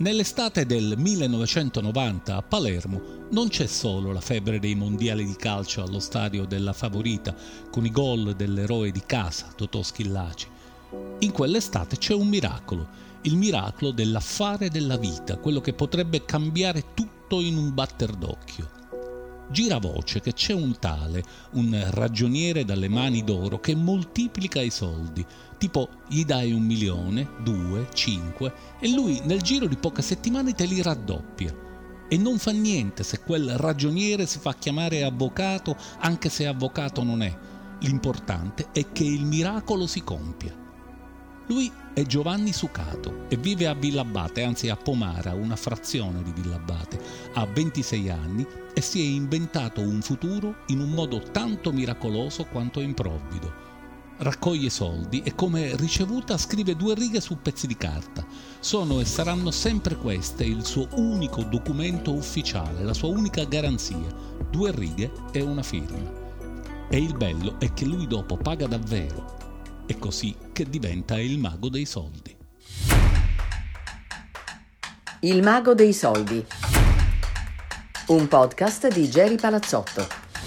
Nell'estate del 1990 a Palermo non c'è solo la febbre dei mondiali di calcio allo stadio della Favorita con i gol dell'eroe di casa Totò Schillaci. In quell'estate c'è un miracolo, il miracolo dell'affare della vita, quello che potrebbe cambiare tutto in un batter d'occhio. Gira voce che c'è un tale, un ragioniere dalle mani d'oro che moltiplica i soldi, tipo gli dai 1 milione, 2, 5 e lui nel giro di poche settimane te li raddoppia. E non fa niente se quel ragioniere si fa chiamare avvocato, anche se avvocato non è. L'importante è che il miracolo si compia. Lui è Giovanni Sucato e vive a Villabate, anzi a Pomara, una frazione di Villabate. Ha 26 anni e si è inventato un futuro in un modo tanto miracoloso quanto improvvido. Raccoglie soldi e come ricevuta scrive 2 righe su pezzi di carta. Sono e saranno sempre queste il suo unico documento ufficiale, la sua unica garanzia. 2 righe e una firma. E il bello è che lui dopo paga davvero. È così che diventa il mago dei soldi. Il mago dei soldi. Un podcast di Geri Palazzotto.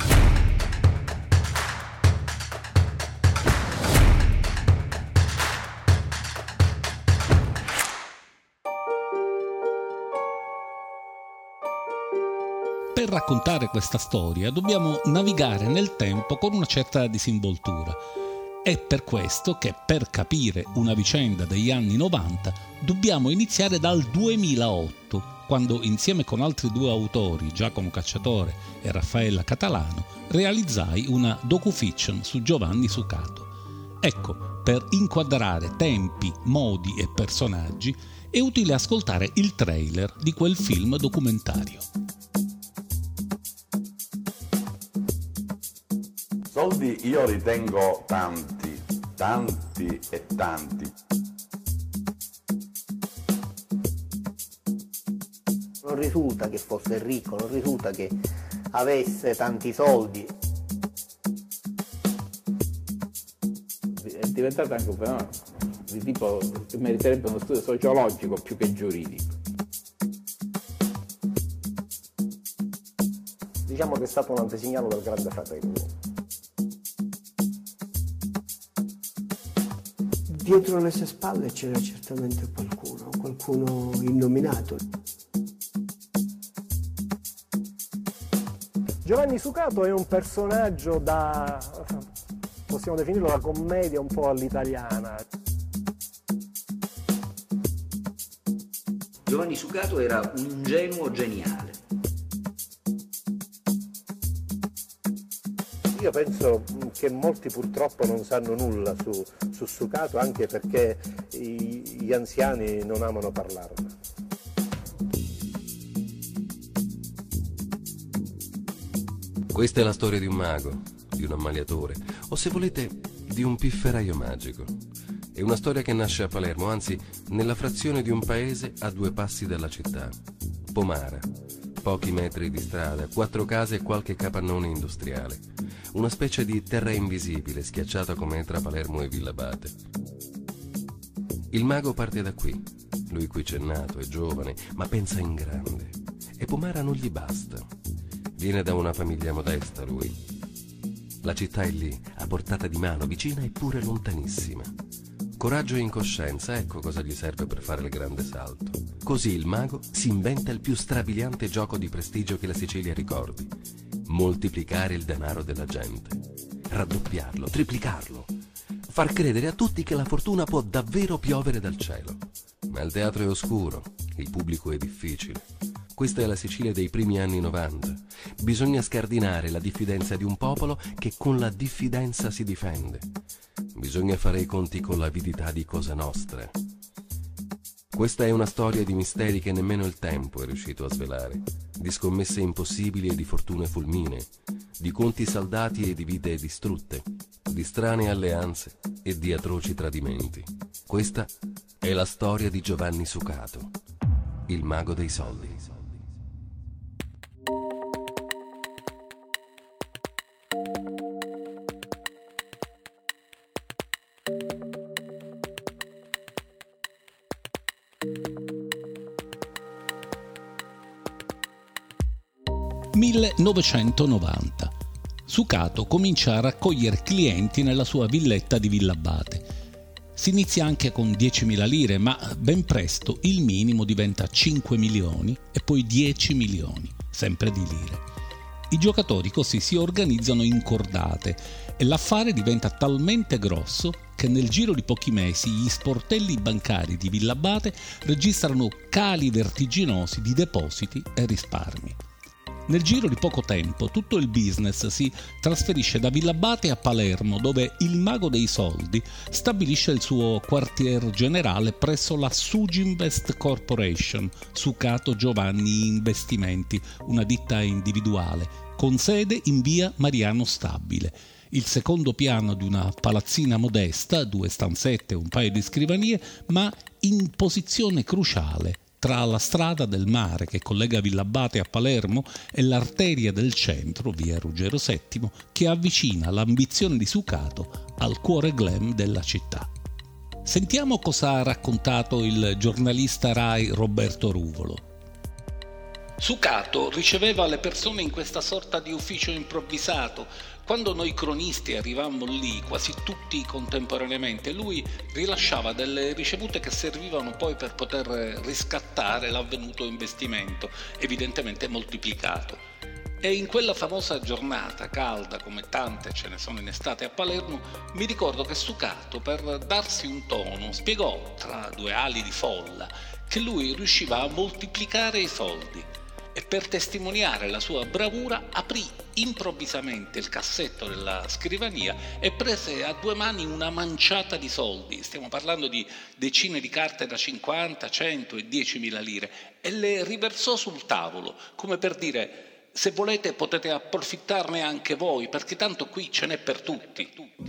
Per raccontare questa storia dobbiamo navigare nel tempo con una certa disinvoltura. È per questo che per capire una vicenda degli anni 90 dobbiamo iniziare dal 2008, quando insieme con altri 2 autori, Giacomo Cacciatore e Raffaella Catalano, realizzai una docufiction su Giovanni Sucato. Ecco, per inquadrare tempi, modi e personaggi è utile ascoltare il trailer di quel film documentario. Soldi io ritengo tanti e tanti. Non risulta che fosse ricco, non risulta che avesse tanti soldi. È diventato anche un fenomeno di tipo che meriterebbe uno studio sociologico più che giuridico. Diciamo che è stato un antesignano del Grande Fratello. Dietro le sue spalle c'era certamente qualcuno innominato. Giovanni Sucato è un personaggio possiamo definirlo la commedia un po' all'italiana. Giovanni Sucato era un ingenuo geniale. Io penso che molti purtroppo non sanno nulla su Sucato, anche perché gli anziani non amano parlarne. Questa è la storia di un mago, di un ammaliatore, o se volete, di un pifferaio magico. È una storia che nasce a Palermo, anzi, nella frazione di un paese a 2 passi dalla città. Pomara. Pochi metri di strada, 4 case e qualche capannone industriale. Una specie di terra invisibile schiacciata come tra Palermo e Villabate. Il mago parte da qui. Lui qui c'è nato, è giovane, ma pensa in grande. E Pomara non gli basta. Viene da una famiglia modesta, lui. La città è lì, a portata di mano, vicina eppure lontanissima. Coraggio e incoscienza, ecco cosa gli serve per fare il grande salto. Così il mago si inventa il più strabiliante gioco di prestigio che la Sicilia ricordi. Moltiplicare il denaro della gente. Raddoppiarlo, triplicarlo. Far credere a tutti che la fortuna può davvero piovere dal cielo. Ma il teatro è oscuro, il pubblico è difficile. Questa è la Sicilia dei primi anni 90. Bisogna scardinare la diffidenza di un popolo che con la diffidenza si difende. Bisogna fare i conti con l'avidità di Cosa Nostra. Questa è una storia di misteri che nemmeno il tempo è riuscito a svelare, di scommesse impossibili e di fortune fulminee, di conti saldati e di vite distrutte, di strane alleanze e di atroci tradimenti. Questa è la storia di Giovanni Sucato, il mago dei soldi. 1990. Sucato comincia a raccogliere clienti nella sua villetta di Villabate. Si inizia anche con 10.000 lire, ma ben presto il minimo diventa 5 milioni e poi 10 milioni, sempre di lire. I giocatori così si organizzano in cordate e l'affare diventa talmente grosso che nel giro di pochi mesi gli sportelli bancari di Villabate registrano cali vertiginosi di depositi e risparmi. Nel giro di poco tempo tutto il business si trasferisce da Villabate a Palermo, dove il mago dei soldi stabilisce il suo quartier generale presso la Suginvest Corporation, Sucato Giovanni Investimenti, una ditta individuale, con sede in via Mariano Stabile. Il secondo piano di una palazzina modesta, 2 stanzette e un paio di scrivanie, ma in posizione cruciale tra la strada del mare che collega Villabate a Palermo e l'arteria del centro, via Ruggero VII, che avvicina l'ambizione di Sucato al cuore glam della città. Sentiamo cosa ha raccontato il giornalista Rai Roberto Ruvolo. Sucato riceveva le persone in questa sorta di ufficio improvvisato. Quando noi cronisti arrivammo lì, quasi tutti contemporaneamente, lui rilasciava delle ricevute che servivano poi per poter riscattare l'avvenuto investimento, evidentemente moltiplicato. E in quella famosa giornata calda, come tante ce ne sono in estate a Palermo, mi ricordo che Sucato, per darsi un tono, spiegò tra 2 ali di folla che lui riusciva a moltiplicare i soldi. E per testimoniare la sua bravura aprì improvvisamente il cassetto della scrivania e prese a 2 mani una manciata di soldi, stiamo parlando di decine di carte da 50, 100 e 10.000 lire, e le riversò sul tavolo, come per dire: se volete potete approfittarne anche voi, perché tanto qui ce n'è per tutti.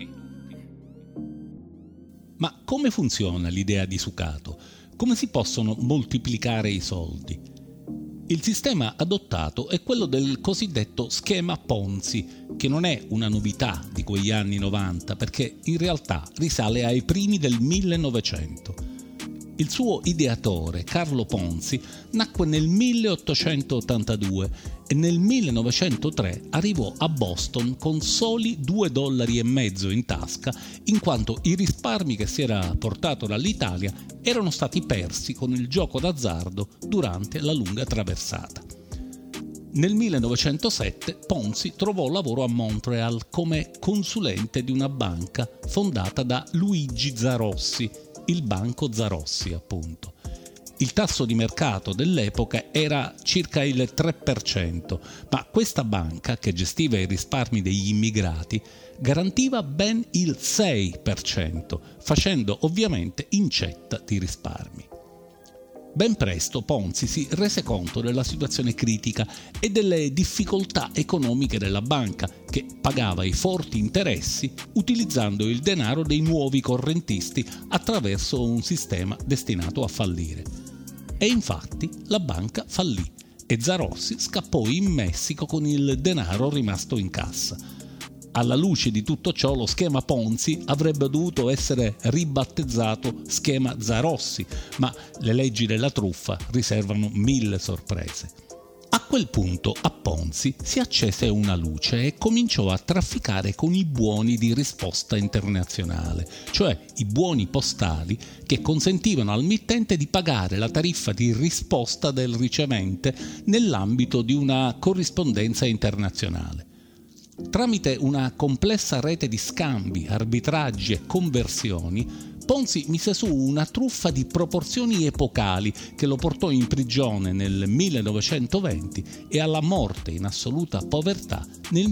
Ma come funziona l'idea di Sucato? Come si possono moltiplicare i soldi? Il sistema adottato è quello del cosiddetto schema Ponzi, che non è una novità di quegli anni 90, perché in realtà risale ai primi del 1900. Il suo ideatore, Carlo Ponzi, nacque nel 1882 e nel 1903 arrivò a Boston con soli $2,50 in tasca, in quanto i risparmi che si era portato dall'Italia erano stati persi con il gioco d'azzardo durante la lunga traversata. Nel 1907 Ponzi trovò lavoro a Montreal come consulente di una banca fondata da Luigi Zarossi, il Banco Zarossi appunto. Il tasso di mercato dell'epoca era circa il 3%, ma questa banca, che gestiva i risparmi degli immigrati, garantiva ben il 6%, facendo ovviamente incetta di risparmi. Ben presto Ponzi si rese conto della situazione critica e delle difficoltà economiche della banca, che pagava i forti interessi utilizzando il denaro dei nuovi correntisti attraverso un sistema destinato a fallire. E infatti la banca fallì e Zarossi scappò in Messico con il denaro rimasto in cassa. Alla luce di tutto ciò, lo schema Ponzi avrebbe dovuto essere ribattezzato schema Zarossi, ma le leggi della truffa riservano 1000 sorprese. A quel punto a Ponzi si accese una luce e cominciò a trafficare con i buoni di risposta internazionale, cioè i buoni postali che consentivano al mittente di pagare la tariffa di risposta del ricevente nell'ambito di una corrispondenza internazionale. Tramite una complessa rete di scambi, arbitraggi e conversioni, Ponzi mise su una truffa di proporzioni epocali che lo portò in prigione nel 1920 e alla morte in assoluta povertà nel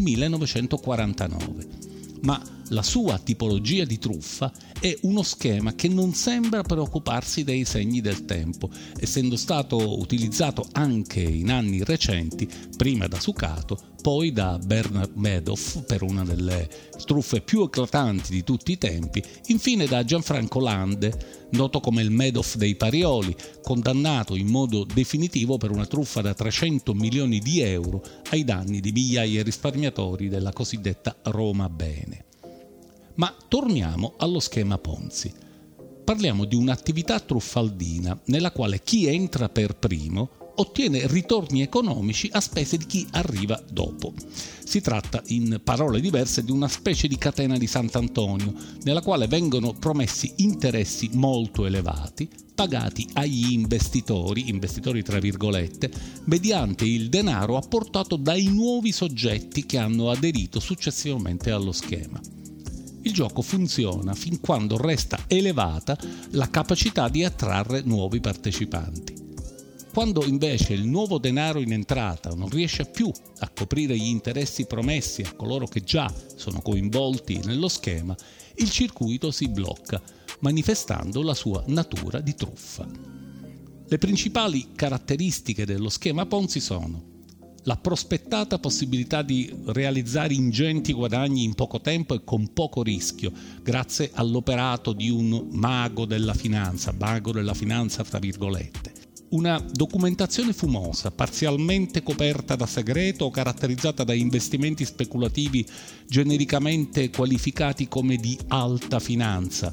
1949. Ma la sua tipologia di truffa è uno schema che non sembra preoccuparsi dei segni del tempo, essendo stato utilizzato anche in anni recenti, prima da Sucato, poi da Bernard Madoff per una delle truffe più eclatanti di tutti i tempi, infine da Gianfranco Lande, noto come il Madoff dei Parioli, condannato in modo definitivo per una truffa da 300 milioni di euro ai danni di migliaia di risparmiatori della cosiddetta Roma Bene. Ma torniamo allo schema Ponzi. Parliamo di un'attività truffaldina nella quale chi entra per primo ottiene ritorni economici a spese di chi arriva dopo. Si tratta, in parole diverse, di una specie di catena di Sant'Antonio, nella quale vengono promessi interessi molto elevati, pagati agli investitori tra virgolette, mediante il denaro apportato dai nuovi soggetti che hanno aderito successivamente allo schema. Il gioco funziona fin quando resta elevata la capacità di attrarre nuovi partecipanti. Quando invece il nuovo denaro in entrata non riesce più a coprire gli interessi promessi a coloro che già sono coinvolti nello schema, il circuito si blocca, manifestando la sua natura di truffa. Le principali caratteristiche dello schema Ponzi sono la prospettata possibilità di realizzare ingenti guadagni in poco tempo e con poco rischio, grazie all'operato di un mago della finanza fra virgolette. Una documentazione fumosa, parzialmente coperta da segreto o caratterizzata da investimenti speculativi genericamente qualificati come di alta finanza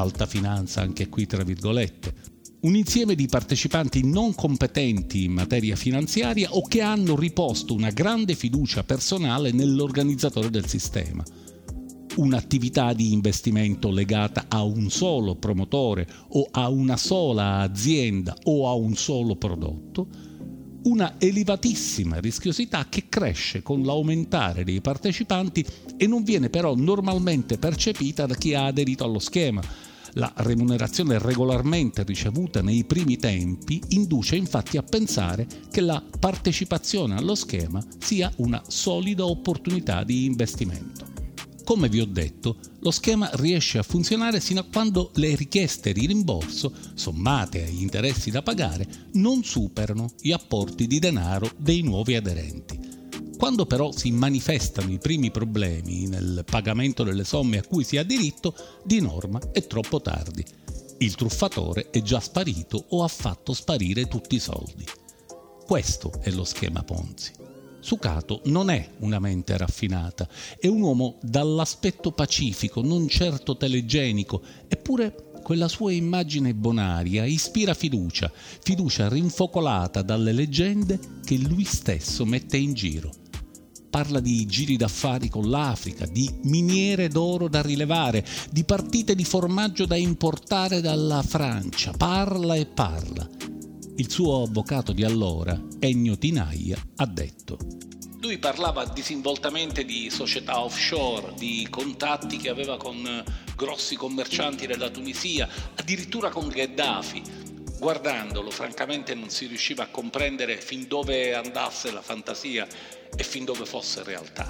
anche qui tra virgolette. Un insieme di partecipanti non competenti in materia finanziaria o che hanno riposto una grande fiducia personale nell'organizzatore del sistema. Un'attività di investimento legata a un solo promotore o a una sola azienda o a un solo prodotto. Una elevatissima rischiosità che cresce con l'aumentare dei partecipanti e non viene però normalmente percepita da chi ha aderito allo schema. La remunerazione regolarmente ricevuta nei primi tempi induce infatti a pensare che la partecipazione allo schema sia una solida opportunità di investimento. Come vi ho detto, lo schema riesce a funzionare sino a quando le richieste di rimborso, sommate agli interessi da pagare, non superano gli apporti di denaro dei nuovi aderenti. Quando però si manifestano i primi problemi nel pagamento delle somme a cui si ha diritto, di norma è troppo tardi. Il truffatore è già sparito o ha fatto sparire tutti i soldi. Questo è lo schema Ponzi. Sukato non è una mente raffinata, è un uomo dall'aspetto pacifico, non certo telegenico, eppure quella sua immagine bonaria ispira fiducia rinfocolata dalle leggende che lui stesso mette in giro. Parla di giri d'affari con l'Africa, di miniere d'oro da rilevare, di partite di formaggio da importare dalla Francia. Parla e parla. Il suo avvocato di allora, Ennio Tinaglia, ha detto: lui parlava disinvoltamente di società offshore, di contatti che aveva con grossi commercianti della Tunisia, addirittura con Gheddafi. Guardandolo, francamente, non si riusciva a comprendere fin dove andasse la fantasia e fin dove fosse realtà.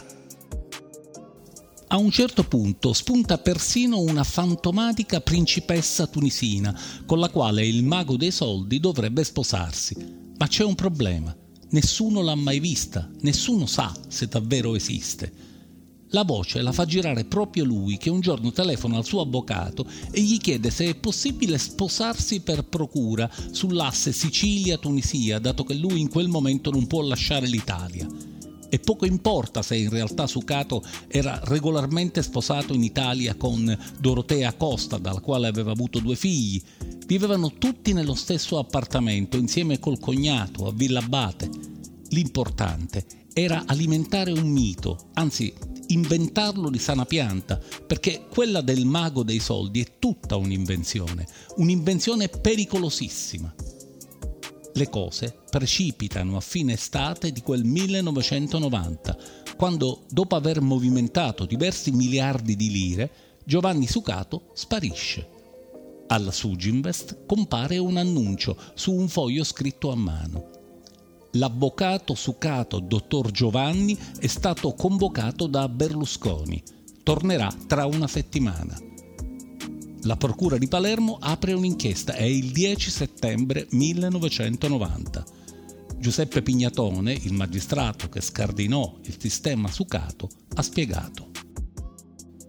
A un certo punto spunta persino una fantomatica principessa tunisina con la quale il mago dei soldi dovrebbe sposarsi. Ma c'è un problema: nessuno l'ha mai vista, nessuno sa se davvero esiste. La voce la fa girare proprio lui, che un giorno telefona al suo avvocato e gli chiede se è possibile sposarsi per procura sull'asse Sicilia-Tunisia, dato che lui in quel momento non può lasciare l'Italia. E poco importa se in realtà Sukato era regolarmente sposato in Italia con Dorotea Costa, dalla quale aveva avuto 2 figli. Vivevano tutti nello stesso appartamento, insieme col cognato, a Villa Abate. L'importante era alimentare un mito, anzi inventarlo di sana pianta, perché quella del mago dei soldi è tutta un'invenzione pericolosissima. Le cose precipitano a fine estate di quel 1990, quando, dopo aver movimentato diversi miliardi di lire, Giovanni Sukato sparisce. Alla Suginvest compare un annuncio su un foglio scritto a mano. L'avvocato Sukato, dottor Giovanni, è stato convocato da Berlusconi. Tornerà tra una settimana. La procura di Palermo apre un'inchiesta, è il 10 settembre 1990. Giuseppe Pignatone, il magistrato che scardinò il sistema Sukato, ha spiegato: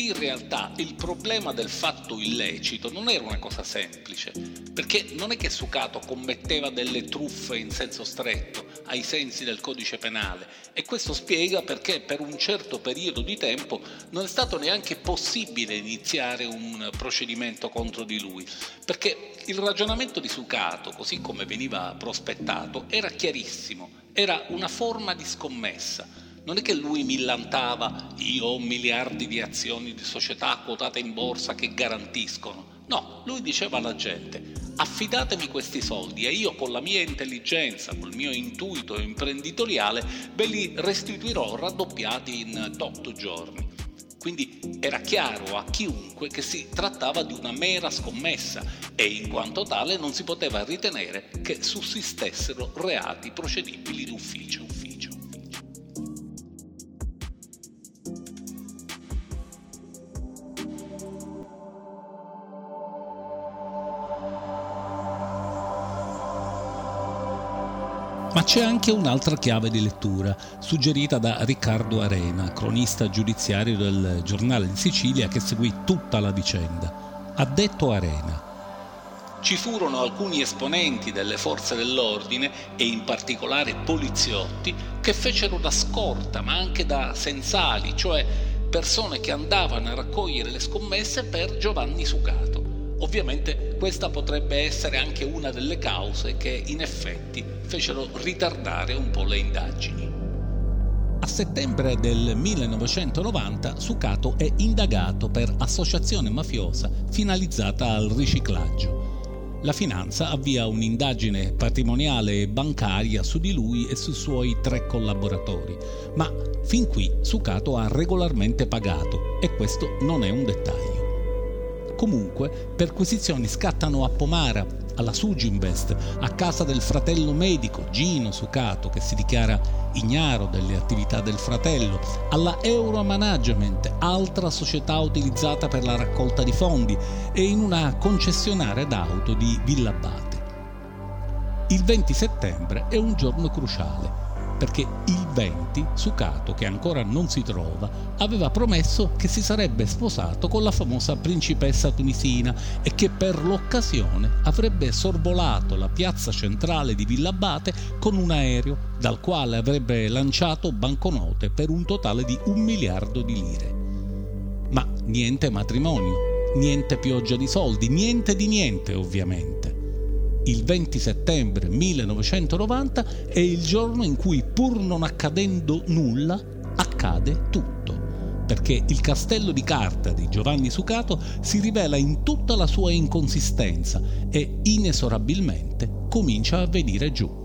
in realtà il problema del fatto illecito non era una cosa semplice, perché non è che Sukato commetteva delle truffe in senso stretto, ai sensi del codice penale, e questo spiega perché per un certo periodo di tempo non è stato neanche possibile iniziare un procedimento contro di lui, perché il ragionamento di Sukato, così come veniva prospettato, era chiarissimo, era una forma di scommessa. Non è che lui millantava io ho miliardi di azioni di società quotate in borsa che garantiscono. No, lui diceva alla gente affidatemi questi soldi e io con la mia intelligenza, col mio intuito imprenditoriale ve li restituirò raddoppiati in 8 giorni. Quindi era chiaro a chiunque che si trattava di una mera scommessa e in quanto tale non si poteva ritenere che sussistessero reati procedibili d'ufficio. Ma c'è anche un'altra chiave di lettura, suggerita da Riccardo Arena, cronista giudiziario del Giornale di Sicilia che seguì tutta la vicenda. Ha detto Arena: ci furono alcuni esponenti delle forze dell'ordine e in particolare poliziotti che fecero da scorta ma anche da sensali, cioè persone che andavano a raccogliere le scommesse per Giovanni Sukato. Ovviamente questa potrebbe essere anche una delle cause che in effetti fecero ritardare un po' le indagini. A settembre del 1990 Sukato è indagato per associazione mafiosa finalizzata al riciclaggio. La finanza avvia un'indagine patrimoniale e bancaria su di lui e sui suoi 3 collaboratori, ma fin qui Sukato ha regolarmente pagato e questo non è un dettaglio. Comunque, perquisizioni scattano a Pomara, alla Suginvest, a casa del fratello medico Gino Sukato, che si dichiara ignaro delle attività del fratello, alla Euromanagement, altra società utilizzata per la raccolta di fondi, e in una concessionaria d'auto di Villabate. Il 20 settembre è un giorno cruciale, perché il 20 Sukato, che ancora non si trova, aveva promesso che si sarebbe sposato con la famosa principessa tunisina e che per l'occasione avrebbe sorvolato la piazza centrale di Villabate con un aereo dal quale avrebbe lanciato banconote per un totale di 1 miliardo di lire. Ma niente matrimonio, niente pioggia di soldi, niente di niente ovviamente. Il 20 settembre 1990 è il giorno in cui, pur non accadendo nulla, accade tutto, perché il castello di carta di Giovanni Sukato si rivela in tutta la sua inconsistenza e inesorabilmente comincia a venire giù.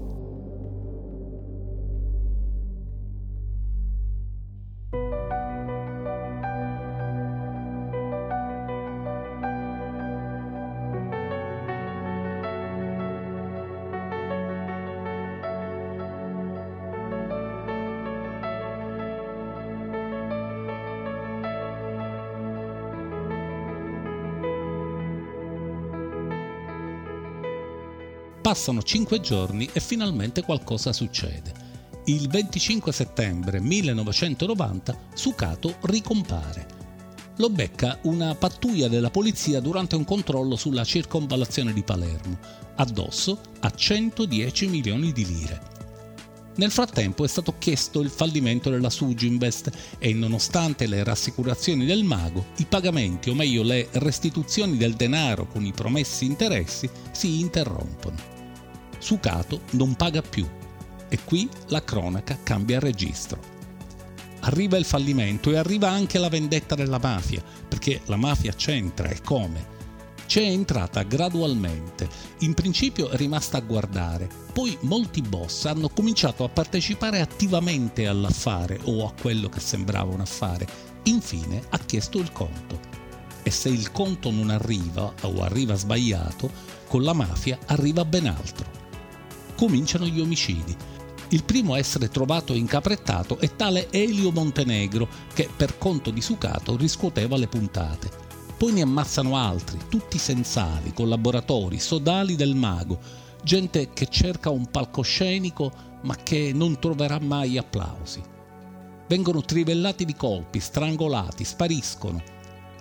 Passano 5 giorni e finalmente qualcosa succede. Il 25 settembre 1990 Sukato ricompare. Lo becca una pattuglia della polizia durante un controllo sulla circonvallazione di Palermo. Addosso a 110 milioni di lire. Nel frattempo è stato chiesto il fallimento della Suginvest e, nonostante le rassicurazioni del mago, i pagamenti, o meglio le restituzioni del denaro con i promessi interessi, si interrompono. Sukato non paga più e qui la cronaca cambia registro. Arriva il fallimento e arriva anche la vendetta della mafia, perché la mafia c'entra e come? C'è entrata gradualmente, in principio è rimasta a guardare, poi molti boss hanno cominciato a partecipare attivamente all'affare o a quello che sembrava un affare, infine ha chiesto il conto. E se il conto non arriva o arriva sbagliato, con la mafia arriva ben altro. Cominciano gli omicidi. Il primo a essere trovato incaprettato è tale Elio Montenegro, che per conto di Sukato riscuoteva le puntate. Poi ne ammazzano altri, tutti sensali, collaboratori, sodali del mago, gente che cerca un palcoscenico ma che non troverà mai applausi. Vengono trivellati di colpi, strangolati, spariscono.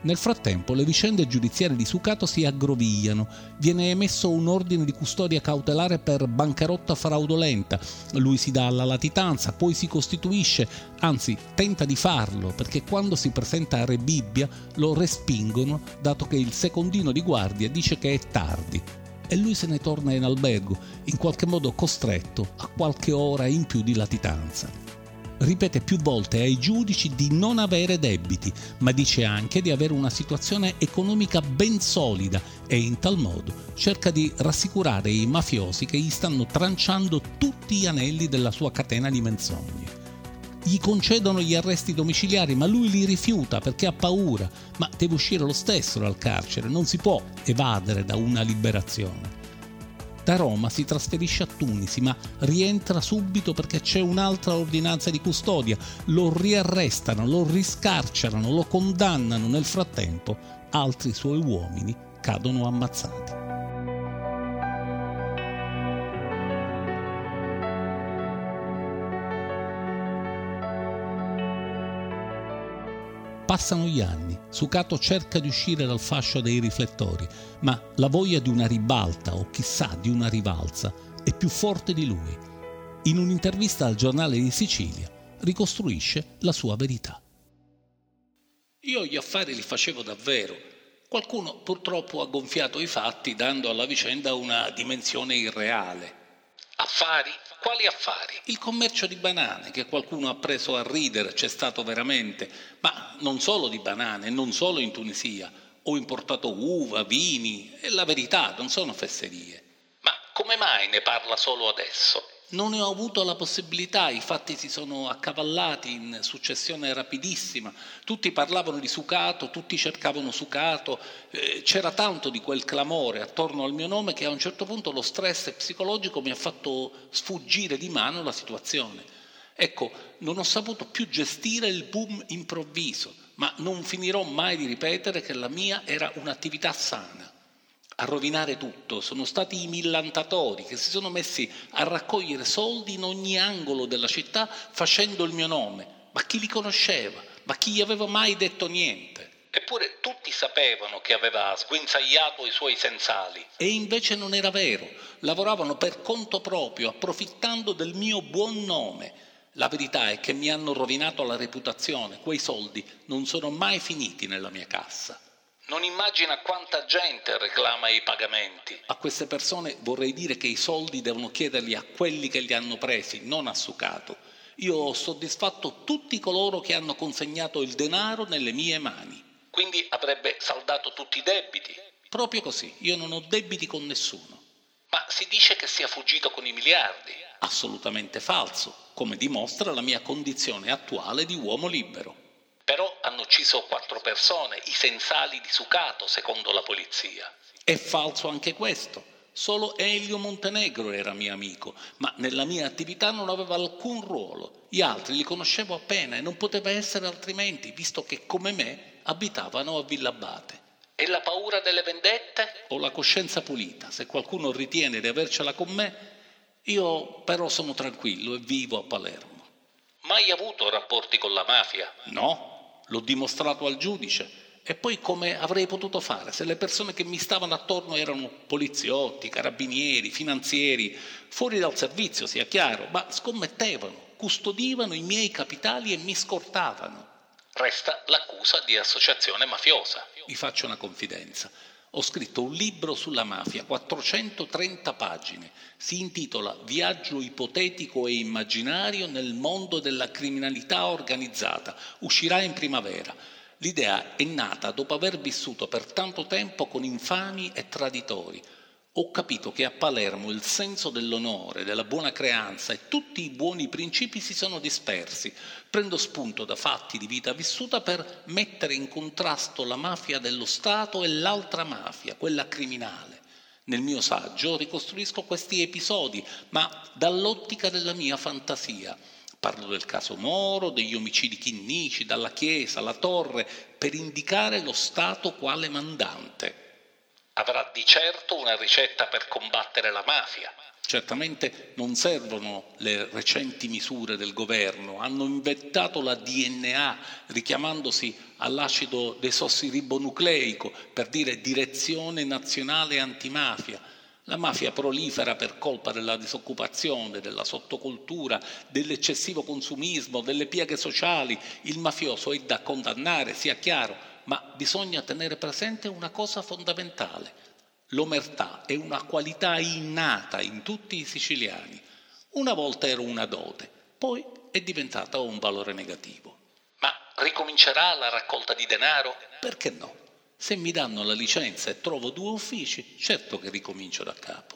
Nel frattempo le vicende giudiziarie di Sukato si aggrovigliano, viene emesso un ordine di custodia cautelare per bancarotta fraudolenta, lui si dà alla latitanza, poi si costituisce, anzi tenta di farlo perché quando si presenta a Re Bibbia lo respingono dato che il secondino di guardia dice che è tardi e lui se ne torna in albergo, in qualche modo costretto a qualche ora in più di latitanza. Ripete più volte ai giudici di non avere debiti, ma dice anche di avere una situazione economica ben solida e in tal modo cerca di rassicurare i mafiosi che gli stanno tranciando tutti gli anelli della sua catena di menzogne. Gli concedono gli arresti domiciliari, ma lui li rifiuta perché ha paura, ma deve uscire lo stesso dal carcere, non si può evadere da una liberazione. Da Roma si trasferisce a Tunisi, ma rientra subito perché c'è un'altra ordinanza di custodia. Lo riarrestano, lo riscarcerano, lo condannano. Nel frattempo, altri suoi uomini cadono ammazzati. Passano gli anni, Sukato cerca di uscire dal fascio dei riflettori, ma la voglia di una ribalta o chissà di una rivalsa è più forte di lui. In un'intervista al Giornale di Sicilia ricostruisce la sua verità. Io gli affari li facevo davvero. Qualcuno purtroppo ha gonfiato i fatti dando alla vicenda una dimensione irreale. Affari? Quali affari? Il commercio di banane che qualcuno ha preso a ridere, c'è stato veramente, ma non solo di banane, non solo in Tunisia. Ho importato uva, vini, è la verità, non sono fesserie. Ma come mai ne parla solo adesso? Non ne ho avuto la possibilità, i fatti si sono accavallati in successione rapidissima, tutti parlavano di Sukato, tutti cercavano Sukato, c'era tanto di quel clamore attorno al mio nome che a un certo punto lo stress psicologico mi ha fatto sfuggire di mano la situazione. Ecco, non ho saputo più gestire il boom improvviso, ma non finirò mai di ripetere che la mia era un'attività sana. A rovinare tutto sono stati i millantatori che si sono messi a raccogliere soldi in ogni angolo della città facendo il mio nome. Ma chi li conosceva? Ma chi gli aveva mai detto niente? Eppure tutti sapevano che aveva sguinzagliato i suoi sensali. E invece non era vero. Lavoravano per conto proprio, approfittando del mio buon nome. La verità è che mi hanno rovinato la reputazione. Quei soldi non sono mai finiti nella mia cassa. Non immagina quanta gente reclama i pagamenti. A queste persone vorrei dire che i soldi devono chiederli a quelli che li hanno presi, non a Sukato. Io ho soddisfatto tutti coloro che hanno consegnato il denaro nelle mie mani. Quindi avrebbe saldato tutti i debiti? Proprio così, io non ho debiti con nessuno. Ma si dice che sia fuggito con i miliardi. Assolutamente falso, come dimostra la mia condizione attuale di uomo libero. Però hanno ucciso 4 persone, i sensali di Sukato, secondo la polizia. È falso anche questo. Solo Elio Montenegro era mio amico, ma nella mia attività non aveva alcun ruolo. Gli altri li conoscevo appena e non poteva essere altrimenti, visto che come me abitavano a Villa Abate. E la paura delle vendette? Ho la coscienza pulita. Se qualcuno ritiene di avercela con me, io però sono tranquillo e vivo a Palermo. Mai avuto rapporti con la mafia? No. L'ho dimostrato al giudice. E poi come avrei potuto fare se le persone che mi stavano attorno erano poliziotti, carabinieri, finanzieri, fuori dal servizio sia chiaro, ma scommettevano, custodivano i miei capitali e mi scortavano. Resta l'accusa di associazione mafiosa. Vi faccio una confidenza. Ho scritto un libro sulla mafia, 430 pagine. Si intitola Viaggio ipotetico e immaginario nel mondo della criminalità organizzata. Uscirà in primavera. L'idea è nata dopo aver vissuto per tanto tempo con infami e traditori. Ho capito che a Palermo il senso dell'onore, della buona creanza e tutti i buoni principi si sono dispersi. Prendo spunto da fatti di vita vissuta per mettere in contrasto la mafia dello Stato e l'altra mafia, quella criminale. Nel mio saggio ricostruisco questi episodi, ma dall'ottica della mia fantasia. Parlo del caso Moro, degli omicidi Chinnici, dalla Chiesa, la Torre, per indicare lo Stato quale mandante. Avrà di certo una ricetta per combattere la mafia. Certamente non servono le recenti misure del governo, hanno inventato la DNA richiamandosi all'acido desossiribonucleico per dire direzione nazionale antimafia. La mafia prolifera per colpa della disoccupazione, della sottocultura, dell'eccessivo consumismo, delle piaghe sociali. Il mafioso è da condannare, sia chiaro, ma bisogna tenere presente una cosa fondamentale. L'omertà è una qualità innata in tutti i siciliani. Una volta era una dote, poi è diventata un valore negativo. Ma ricomincerà la raccolta di denaro? Perché no? Se mi danno la licenza e trovo 2 uffici, certo che ricomincio da capo.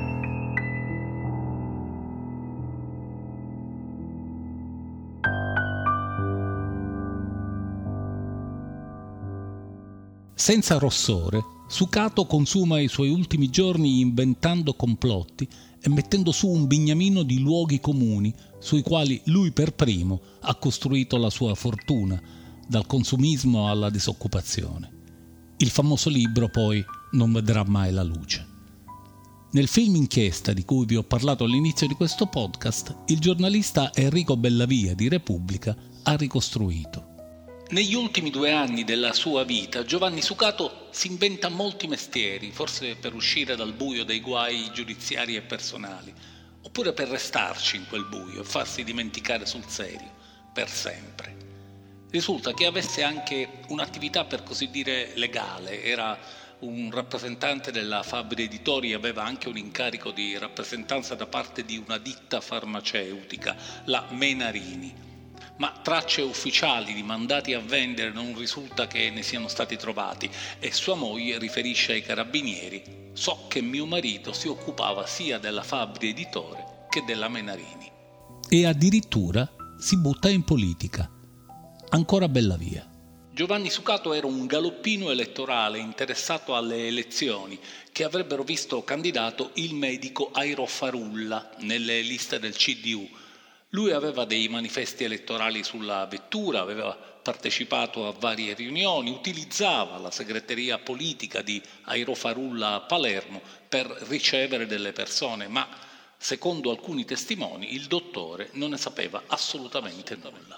Senza rossore, Sucato consuma i suoi ultimi giorni inventando complotti e mettendo su un bignamino di luoghi comuni sui quali lui per primo ha costruito la sua fortuna, dal consumismo alla disoccupazione. Il famoso libro poi non vedrà mai la luce. Nel film inchiesta di cui vi ho parlato all'inizio di questo podcast, il giornalista Enrico Bellavia di Repubblica ha ricostruito. Negli ultimi 2 anni della sua vita Giovanni Sucato si inventa molti mestieri, forse per uscire dal buio dei guai giudiziari e personali, oppure per restarci in quel buio e farsi dimenticare sul serio, per sempre. Risulta che avesse anche un'attività per così dire legale, era un rappresentante della Fabbri Editori e aveva anche un incarico di rappresentanza da parte di una ditta farmaceutica, la Menarini. Ma tracce ufficiali di mandati a vendere non risulta che ne siano stati trovati e sua moglie riferisce ai carabinieri: so che mio marito si occupava sia della Fabbri Editore che della Menarini. E addirittura si butta in politica. Ancora Bellavia. Giovanni Sucato era un galoppino elettorale interessato alle elezioni che avrebbero visto candidato il medico Airo Farulla nelle liste del CDU. Lui aveva dei manifesti elettorali sulla vettura, aveva partecipato a varie riunioni, utilizzava la segreteria politica di Airo Farulla a Palermo per ricevere delle persone, ma secondo alcuni testimoni il dottore non ne sapeva assolutamente nulla.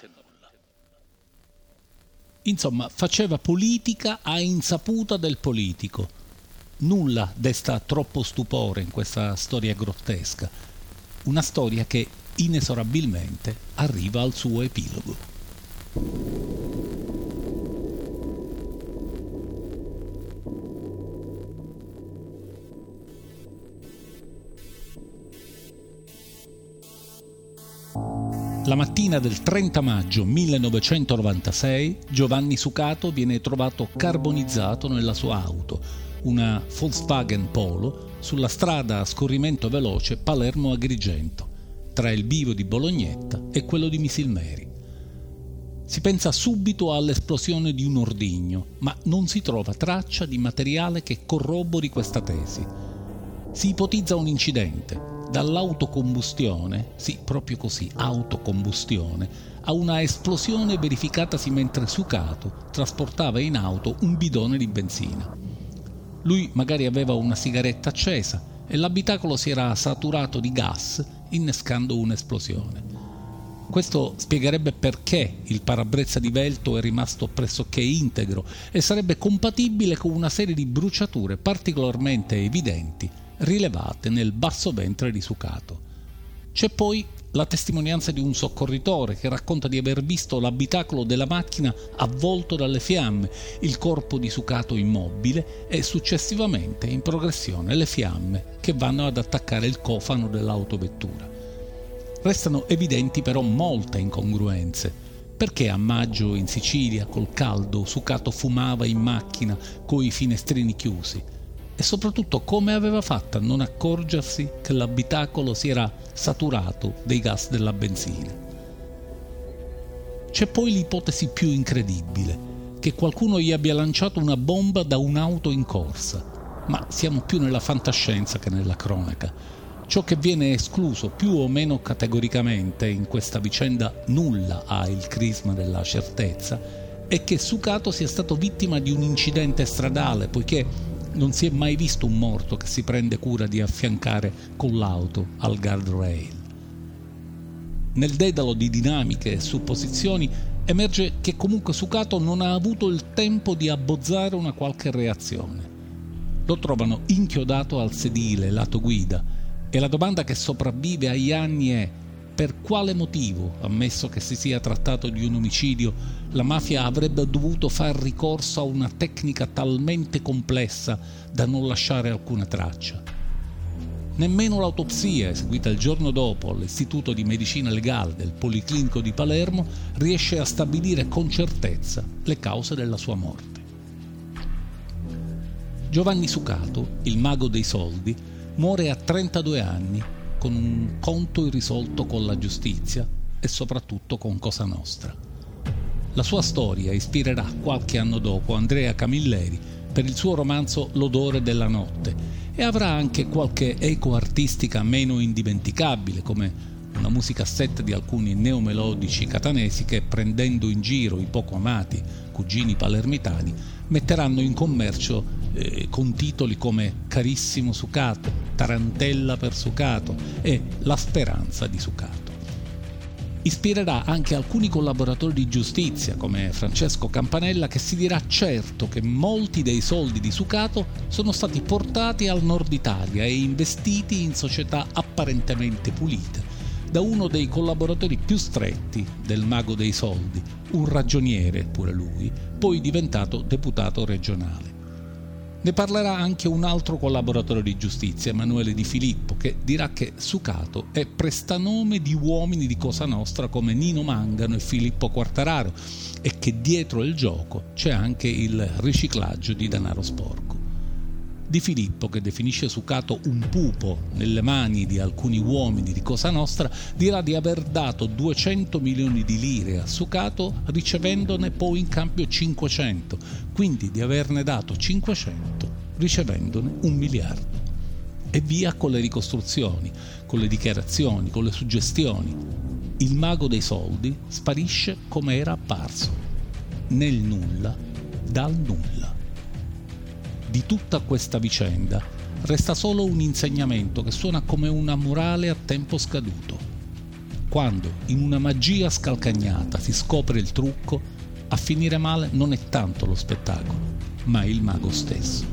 Insomma, faceva politica a insaputa del politico. Nulla desta troppo stupore in questa storia grottesca. Una storia che inesorabilmente arriva al suo epilogo. La mattina del 30 maggio 1996 Giovanni Sucato viene trovato carbonizzato nella sua auto, una Volkswagen Polo, sulla strada a scorrimento veloce Palermo-Agrigento, tra il bivio di Bolognetta e quello di Misilmeri. Si pensa subito all'esplosione di un ordigno, ma non si trova traccia di materiale che corrobori questa tesi. Si ipotizza un incidente, dall'autocombustione, sì, proprio così, autocombustione, a una esplosione verificatasi mentre Sucato trasportava in auto un bidone di benzina. Lui magari aveva una sigaretta accesa e l'abitacolo si era saturato di gas innescando un'esplosione. Questo spiegherebbe perché il parabrezza divelto è rimasto pressoché integro e sarebbe compatibile con una serie di bruciature particolarmente evidenti rilevate nel basso ventre di Sucato. C'è poi la testimonianza di un soccorritore che racconta di aver visto l'abitacolo della macchina avvolto dalle fiamme, il corpo di Sucato immobile e successivamente in progressione le fiamme che vanno ad attaccare il cofano dell'autovettura. Restano evidenti però molte incongruenze. Perché a maggio in Sicilia, col caldo, Sucato fumava in macchina coi finestrini chiusi? E soprattutto come aveva fatto a non accorgersi che l'abitacolo si era saturato dei gas della benzina? C'è poi l'ipotesi più incredibile, che qualcuno gli abbia lanciato una bomba da un'auto in corsa, ma siamo più nella fantascienza che nella cronaca. Ciò che viene escluso più o meno categoricamente in questa vicenda nulla ha il crisma della certezza, è che Sucato sia stato vittima di un incidente stradale, poiché non si è mai visto un morto che si prende cura di affiancare con l'auto al guardrail. Nel dedalo di dinamiche e supposizioni emerge che comunque Sukato non ha avuto il tempo di abbozzare una qualche reazione. Lo trovano inchiodato al sedile lato guida e la domanda che sopravvive agli anni è: per quale motivo, ammesso che si sia trattato di un omicidio, la mafia avrebbe dovuto far ricorso a una tecnica talmente complessa da non lasciare alcuna traccia? Nemmeno l'autopsia eseguita il giorno dopo all'Istituto di Medicina Legale del Policlinico di Palermo riesce a stabilire con certezza le cause della sua morte. Giovanni Sukato, il mago dei soldi, muore a 32 anni con un conto irrisolto con la giustizia e soprattutto con Cosa Nostra. La sua storia ispirerà qualche anno dopo Andrea Camilleri per il suo romanzo L'odore della notte e avrà anche qualche eco artistica meno indimenticabile, come una musicassetta di alcuni neomelodici catanesi che, prendendo in giro i poco amati cugini palermitani, metteranno in commercio con titoli come Carissimo Sukato, Tarantella per Sukato e La speranza di Sukato. Ispirerà anche alcuni collaboratori di giustizia come Francesco Campanella, che si dirà certo che molti dei soldi di Sukato sono stati portati al nord Italia e investiti in società apparentemente pulite da uno dei collaboratori più stretti del mago dei soldi, un ragioniere pure lui, poi diventato deputato regionale. Ne parlerà anche un altro collaboratore di giustizia, Emanuele Di Filippo, che dirà che Sukato è prestanome di uomini di Cosa Nostra come Nino Mangano e Filippo Quartararo e che dietro il gioco c'è anche il riciclaggio di denaro sporco. Di Filippo, che definisce Sukato un pupo nelle mani di alcuni uomini di Cosa Nostra, dirà di aver dato 200 milioni di lire a Sukato ricevendone poi in cambio 500, quindi di averne dato 500 ricevendone 1 miliardo. E via con le ricostruzioni, con le dichiarazioni, con le suggestioni. Il mago dei soldi sparisce come era apparso, nel nulla, dal nulla. Di tutta questa vicenda resta solo un insegnamento che suona come una morale a tempo scaduto. Quando in una magia scalcagnata si scopre il trucco, a finire male non è tanto lo spettacolo, ma il mago stesso.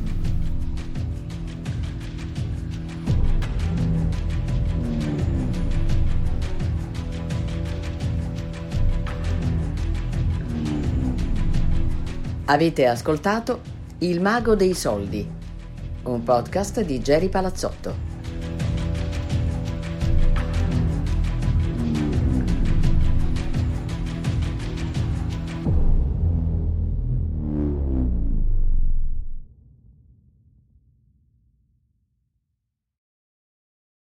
Avete ascoltato Il mago dei soldi, un podcast di Geri Palazzotto.